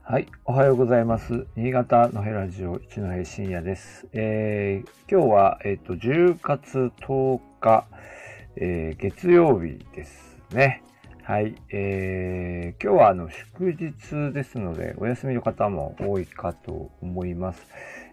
はい、おはようございます。新潟のヘラジオ一戸深夜です。今日は、10月10日、月曜日ですね。はい、今日は祝日ですので、お休みの方も多いかと思います。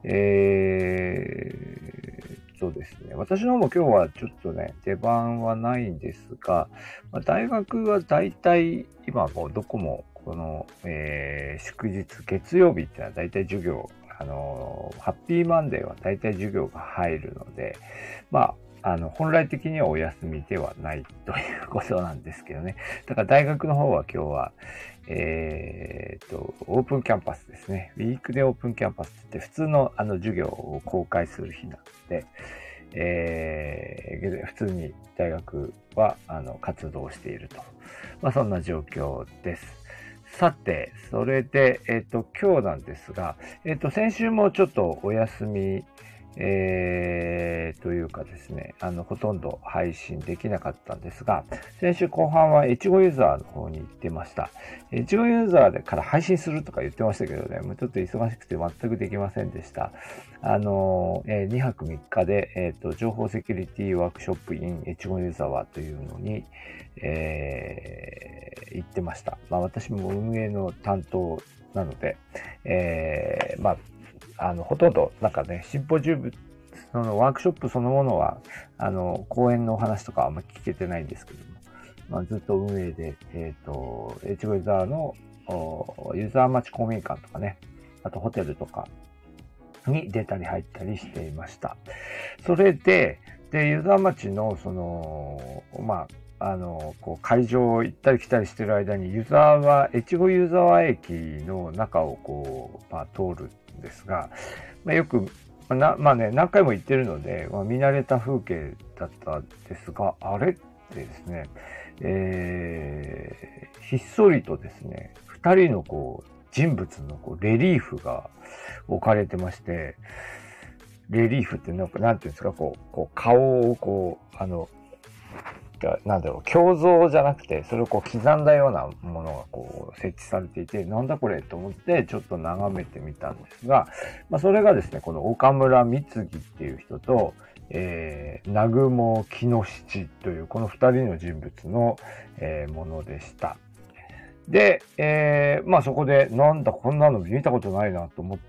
そうですね。私の方も今日はちょっとね、出番はないんですが、大学は大体今もうどこもこの、祝日、月曜日っていうのは大体授業、ハッピーマンデーは大体授業が入るので、本来的にはお休みではないということなんですけどね。だから大学の方は今日は、オープンキャンパスですね。ウィークでオープンキャンパスって普通の授業を公開する日なので、普通に大学は活動していると。そんな状況です。さて、それで、今日なんですが、先週もちょっとお休み、というかですね、ほとんど配信できなかったんですが、先週後半は越後ユーザーの方に行ってました。越後ユーザーでから配信するとか言ってましたけどね、もうちょっと忙しくて全くできませんでした。2泊3日で、情報セキュリティワークショップ in 越後ユーザーというのに、行ってました。私も運営の担当なので、ほとんどなんかね、シンポジウム、そのワークショップそのものは、講演のお話とかあんま聞けてないんですけども、ずっと運営で、越後ユーザーのユーザー待ち公民館とかね、あとホテルとかに出たり入ったりしていました。それで、ユーザー待ちの、会場行ったり来たりしてる間に、越後湯沢駅の中を通るんですが、よく、何回も行ってるので、見慣れた風景だったんですが、あれってですね、ひっそりとですね、二人の人物のレリーフが置かれてまして、レリーフってなんていうんですか、顔を胸像じゃなくて、それを刻んだようなものが設置されていて、なんだこれと思ってちょっと眺めてみたんですが、それがですね、この岡村光義っていう人と、南雲木七というこの二人の人物の、ものでした。で、そこでなんだこんなの見たことないなと思って、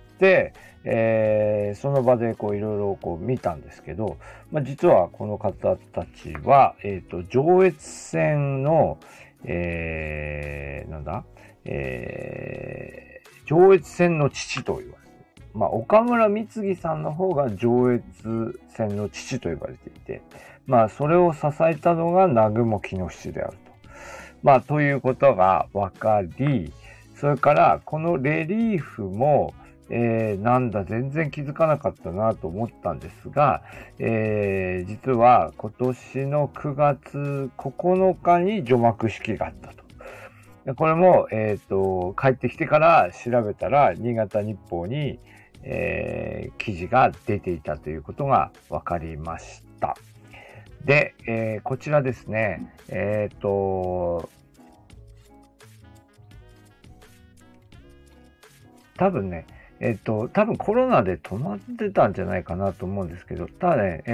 その場でいろいろ見たんですけど、実はこの方たちは、上越線の、上越線の父と言われて、岡村光義さんの方が上越線の父と言われていて、それを支えたのが南雲木七であると。ということが分かり、それからこのレリーフも、なんだ全然気づかなかったなと思ったんですが、実は今年の9月9日に除幕式があったと。これも、帰ってきてから調べたら、新潟日報に、記事が出ていたということが分かりました。で、こちらですね、多分ね、多分コロナで止まってたんじゃないかなと思うんですけど、ただね、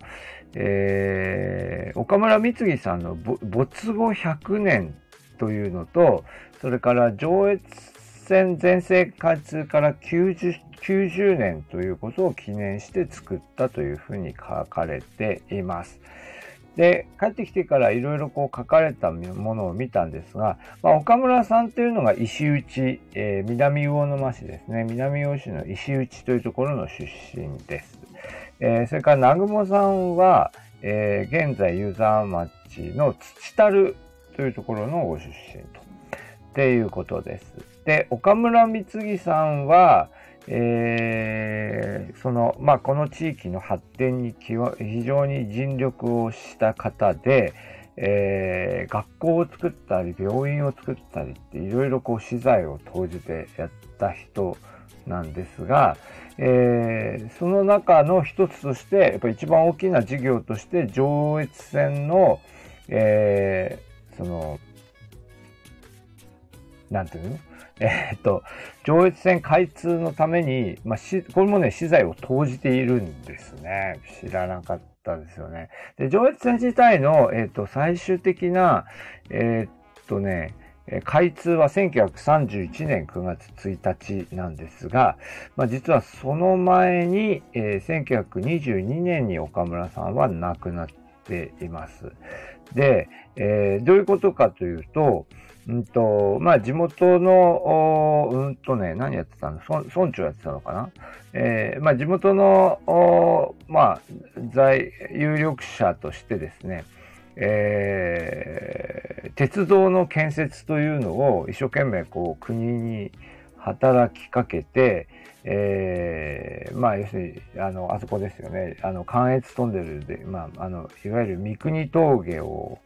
岡村光義さんの没後100年というのと、それから上越線全盛開から90年ということを記念して作ったというふうに書かれています。で、帰ってきてからいろいろ書かれたものを見たんですが、岡村さんというのが石内、南魚沼市ですね。南魚市の石内というところの出身です。それから南雲さんは、現在湯沢町の土樽というところのご出身と。っていうことです。で、岡村光義さんは、この地域の発展に非常に尽力をした方で、学校を作ったり、病院を作ったりっていろいろ資材を投じてやった人なんですが、その中の一つとして、やっぱり一番大きな事業として、上越線の、なんていうの上越線開通のために、これもね、資材を投じているんですね。知らなかったですよね。で、上越線自体の、最終的な、開通は1931年9月1日なんですが、実はその前に、1922年に岡村さんは亡くなっています。で、どういうことかというと、地元の、何やってたの？村長やってたのかな？地元の、有力者としてですね、鉄道の建設というのを一生懸命国に働きかけて、要するに、あそこですよね。関越トンネルで、いわゆる三国峠を、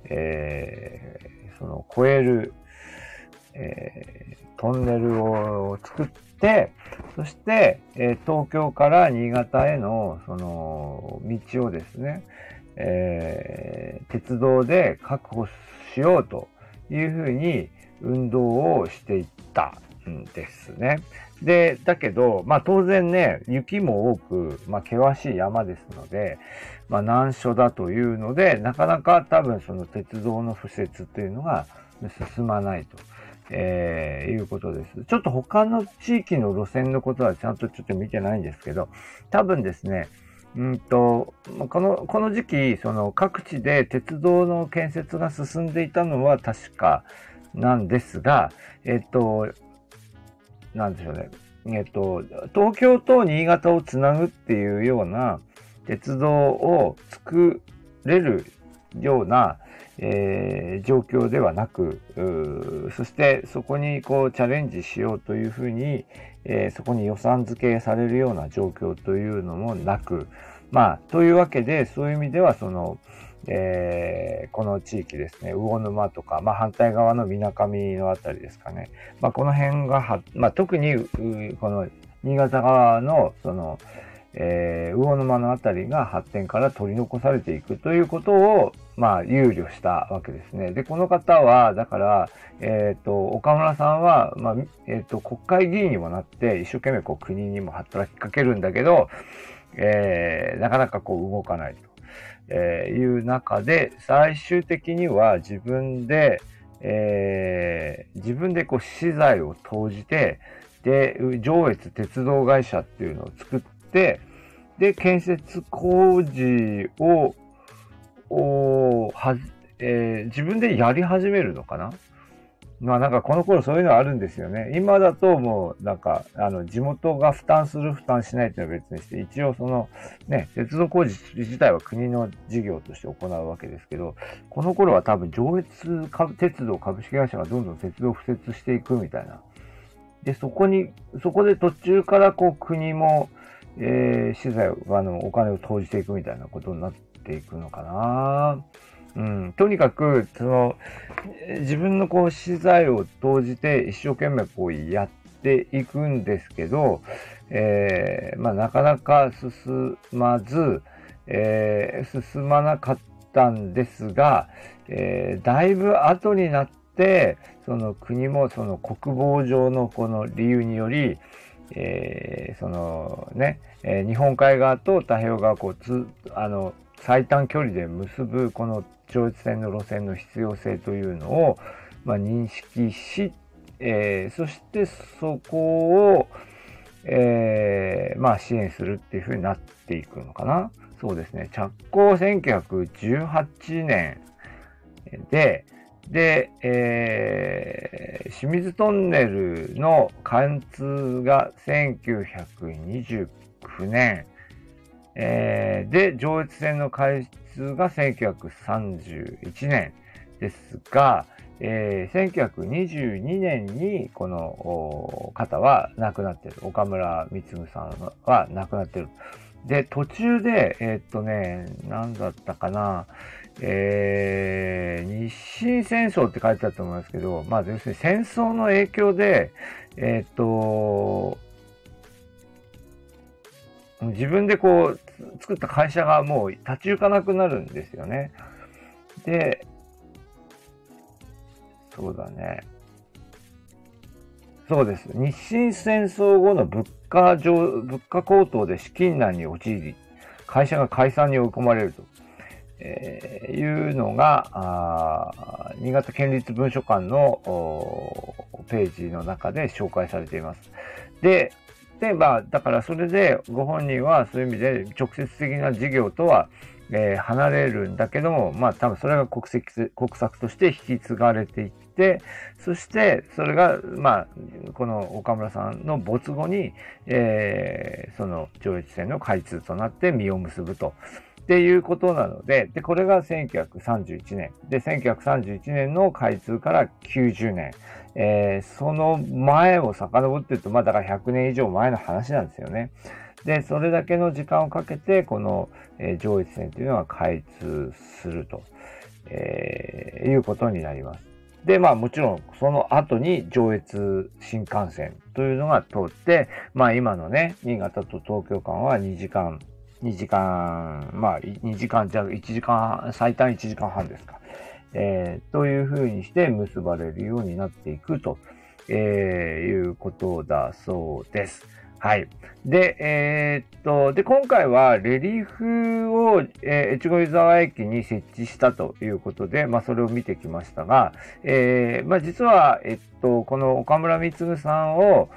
越える、トンネルを作って、そして、東京から新潟への、道をですね、鉄道で確保しようというふうに運動をしていったんですね。で、だけど、当然ね、雪も多く、険しい山ですので、難所だというので、なかなか多分その鉄道の敷設というのが進まないと、いうことです。ちょっと他の地域の路線のことはちゃんとちょっと見てないんですけど、多分ですね、この時期、各地で鉄道の建設が進んでいたのは確かなんですが、なんでしょうね。東京と新潟をつなぐっていうような鉄道を作れるような、状況ではなく、そしてそこにチャレンジしようというふうに、そこに予算付けされるような状況というのもなく、というわけで、そういう意味ではこの地域ですね、魚沼とか、反対側の水上のあたりですかね。この辺が特に、この新潟側の、魚沼のあたりが発展から取り残されていくということを、憂慮したわけですね。で、この方は、だから、岡村さんは、国会議員にもなって、一生懸命国にも働きかけるんだけど、なかなか動かないという中で、最終的には自分で資材を投じて、で、上越鉄道会社っていうのを作って、で、建設工事を、自分でやり始めるのかな。なんかこの頃そういうのはあるんですよね。今だともう地元が負担する負担しないっていうのは別にして、一応鉄道工事自体は国の事業として行うわけですけど、この頃は多分上越鉄道株式会社がどんどん鉄道を敷設していくみたいな。で、そこで途中から国も、資材お金を投じていくみたいなことになっていくのかな。とにかく、自分の資材を投じて一生懸命やっていくんですけど、なかなか進まず、進まなかったんですが、だいぶ後になって、国も国防上のこの理由により、日本海側と太平洋側最短距離で結ぶこの上越線の路線の必要性というのを、認識し、そしてそこを、支援するっていうふうになっていくのかな。そうですね。着工1918年で、清水トンネルの貫通が1929年、で、上越線の開通が1931年ですが、1922年にこの方は亡くなっている。岡村光さんは亡くなっている。で、途中で、何だったかな、日清戦争って書いてあったと思いますけど、要するに戦争の影響で、自分で作った会社がもう立ち行かなくなるんですよね。で、そうだね。 そうです。日清戦争後の物価高騰で資金難に陥り、会社が解散に追い込まれると、いうのが、新潟県立文書館のページの中で紹介されています。で、まあ、だからそれでご本人はそういう意味で直接的な事業とは、離れるんだけども、まあ多分それが国策として引き継がれていって、そしてそれが、まあ、この岡村さんの没後に、その上越線の開通となって実を結ぶと。っていうことなので、これが1931年。で、1931年の開通から90年。その前を遡っていると、まあだから100年以上前の話なんですよね。で、それだけの時間をかけて、この、上越線というのは開通すると、いうことになります。で、まあもちろんその後に上越新幹線というのが通って、まあ今のね、新潟と東京間は2時間、まあ2時間じゃ1時間、最短1時間半ですか。というふうにして結ばれるようになっていくと、いうことだそうです。はい。で、今回はレリーフを、越後湯沢駅に設置したということで、まあ、それを見てきましたが、まあ、実は、この岡村貢さんを、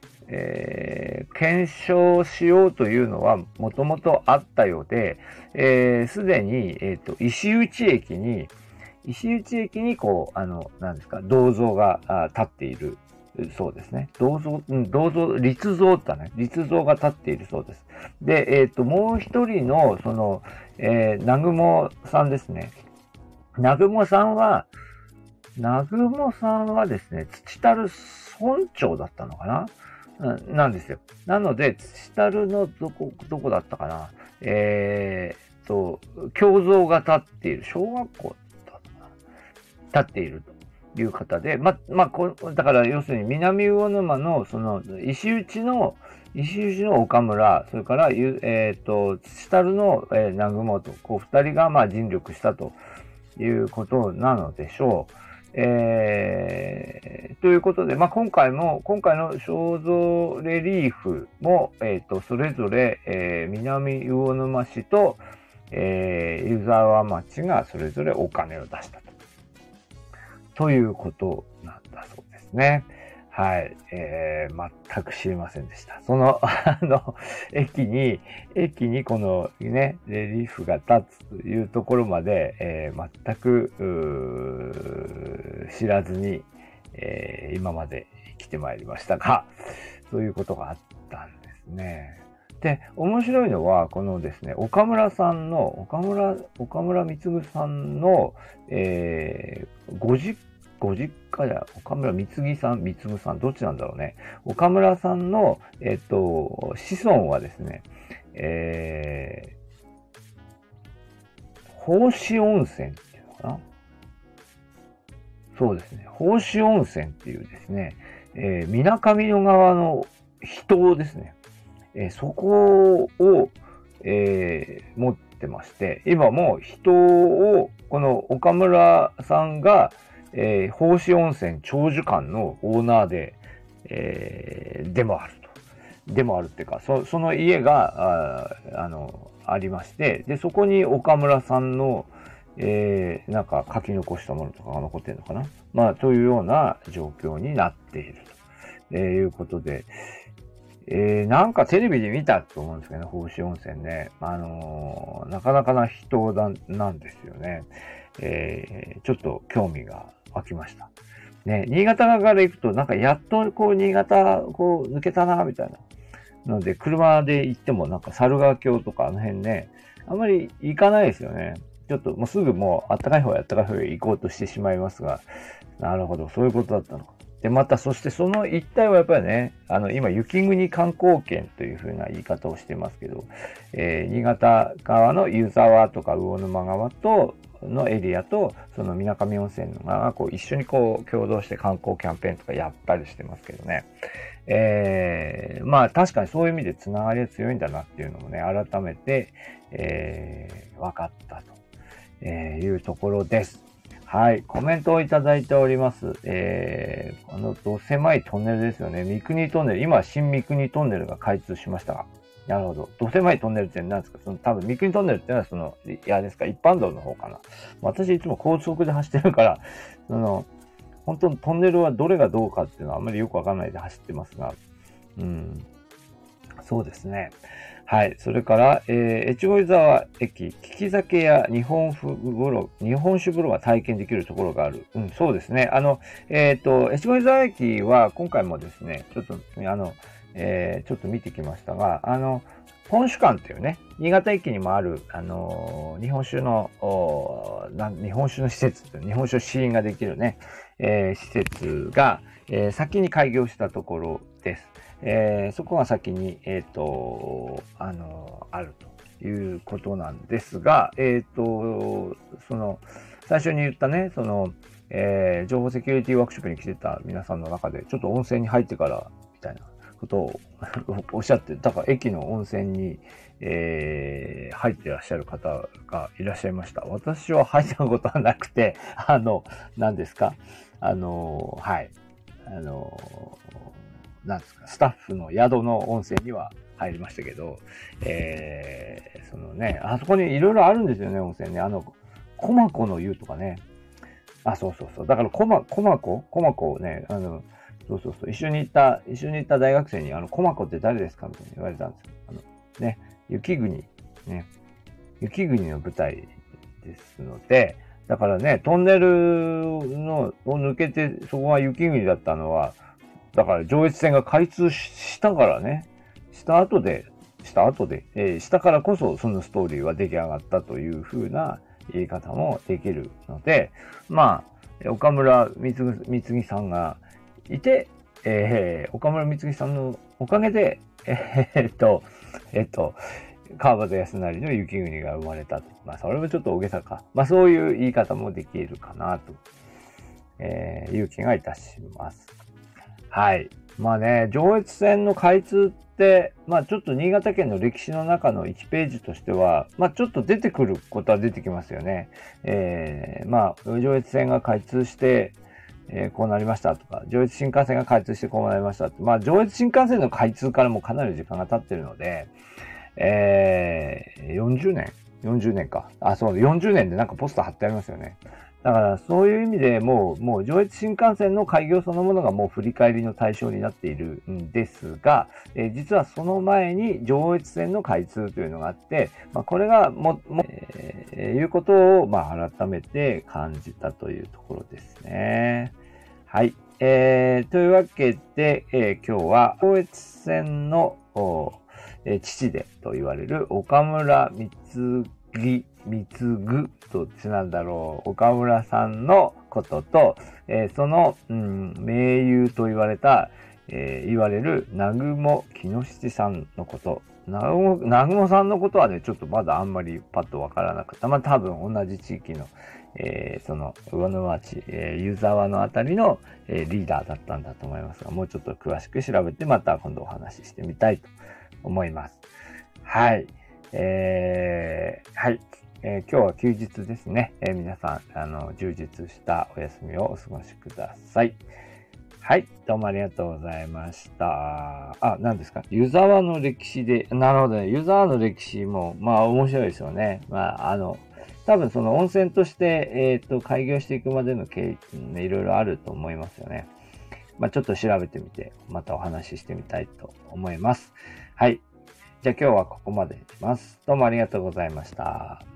検証しようというのはもともとあったようで、すでに、石内駅にこう、何ですか、銅像が立っているそうですね。立像が立っているそうです。で、もう一人の、その、南雲さんですね。南雲さんはですね、土樽村長だったのかな、なんですよ。なので、土樽のどこだったかな、胸像が立っている、小学校だったかな、立っていると。いう方で、だから要するに南魚沼のその石打の岡村、それから、土樽の、南雲と、こう二人がまあ尽力したということなのでしょう。ということで、まあ今回の肖像レリーフも、それぞれ、南魚沼市と、湯沢町がそれぞれお金を出したということなんだそうですね。はい。全く知りませんでした。その、駅にこのね、レリーフが立つというところまで、全く、知らずに、今まで来てまいりましたが、そういうことがあったんですね。で、面白いのは、このですね、岡村貢さんの、ご実家や岡村貢さん、どっちなんだろうね。岡村さんの、子孫はですね、宝志温泉っていうのかな。そうですね。宝志温泉っていうですね、水上の川の秘湯ですね。そこを、持ってまして、今も秘湯を、この岡村さんが、宝志温泉長寿館のオーナーで、でもあるっていうか、その家が、ありまして、で、そこに岡村さんの、なんか書き残したものとかが残ってるのかな、まあ、というような状況になっていると、いうことで、なんかテレビで見たと思うんですけどね、宝志温泉ね。なかなかな人なんですよね。ちょっと興味が湧きました。ね、新潟側から行くと、なんかやっとこう新潟こう抜けたな、みたいな。ので、車で行ってもなんか猿川峡とかあの辺ね、あんまり行かないですよね。ちょっともうすぐもうあったかい方へ行こうとしてしまいますが、なるほど、そういうことだったのか。で、また、そしてその一帯はやっぱりね、今、雪国観光圏というふうな言い方をしてますけど、新潟側の湯沢とか魚沼側のエリアと、その水上温泉の側がこう一緒にこう共同して観光キャンペーンとかやったりしてますけどね。まあ確かにそういう意味でつながりが強いんだなっていうのもね、改めて、分かったというところです。 はい、コメントをいただいております。ど狭いトンネルですよね。三国トンネル。今、新三国トンネルが開通しましたが。なるほど。ど狭いトンネルって何ですか？多分、三国トンネルってのはいやですか、一般道の方かな。私いつも高速で走ってるから、本当にトンネルはどれがどうかっていうのはあんまりよくわかんないで走ってますが。そうですね。はい。それから、越後湯沢駅、利き酒や日本酒風呂が体験できるところがある。そうですね。越後湯沢駅は今回もですね、ちょっと見てきましたが、本酒館っていうね、新潟駅にもある、日本酒の施設、日本酒試飲ができるね、施設が、先に開業したところです。そこが先に、あるということなんですが、最初に言ったね、情報セキュリティワークショップに来てた皆さんの中で、ちょっと温泉に入ってから、みたいなことをおっしゃって、だから駅の温泉に、入っていらっしゃる方がいらっしゃいました。私は入ったことはなくて、何ですか？はい。なんですか、スタッフの宿の温泉には入りましたけど、あそこにいろいろあるんですよね、温泉ね。駒子の湯とかね。そう。だから駒子をね、一緒に行った大学生に、駒子って誰ですかみたいに言われたんですよ。雪国の舞台ですので、だからね、トンネルを抜けて、そこが雪国だったのは、だから上越線が開通したからね、したからこそそのストーリーは出来上がったという風な言い方もできるので、岡村光次さんがいて、岡村光次さんのおかげで、川端康成の雪国が生まれたと。それもちょっと大げさか。そういう言い方もできるかなと、いう気がいたします。はい。上越線の開通って、ちょっと新潟県の歴史の中の1ページとしては、ちょっと出てくることは出てきますよね。上越線が開通して、こうなりましたとか、上越新幹線が開通してこうなりましたって。上越新幹線の開通からもかなり時間が経ってるので、40年か。40年でなんかポスター貼ってありますよね。だからそういう意味でもう上越新幹線の開業そのものがもう振り返りの対象になっているんですが、実はその前に上越線の開通というのがあって、これがいうことを改めて感じたというところですね。はい。というわけで、今日は上越線の父でと言われる岡村貢どっちなんだろう。岡村さんのことと、その、盟友と言われる南雲木下さんのこと。南雲さんのことはね、ちょっとまだあんまりパッとわからなかった。多分同じ地域の、上野町、湯沢のあたりの、リーダーだったんだと思いますが、もうちょっと詳しく調べて、また今度お話ししてみたいと思います。はい。はい。今日は休日ですね。皆さん、充実したお休みをお過ごしください。はい。どうもありがとうございました。何ですか？湯沢の歴史で、なるほどね。湯沢の歴史も、面白いですよね。多分その温泉として、開業していくまでの経緯ね、いろいろあると思いますよね。ちょっと調べてみて、またお話ししてみたいと思います。はい。じゃあ今日はここまでにします。どうもありがとうございました。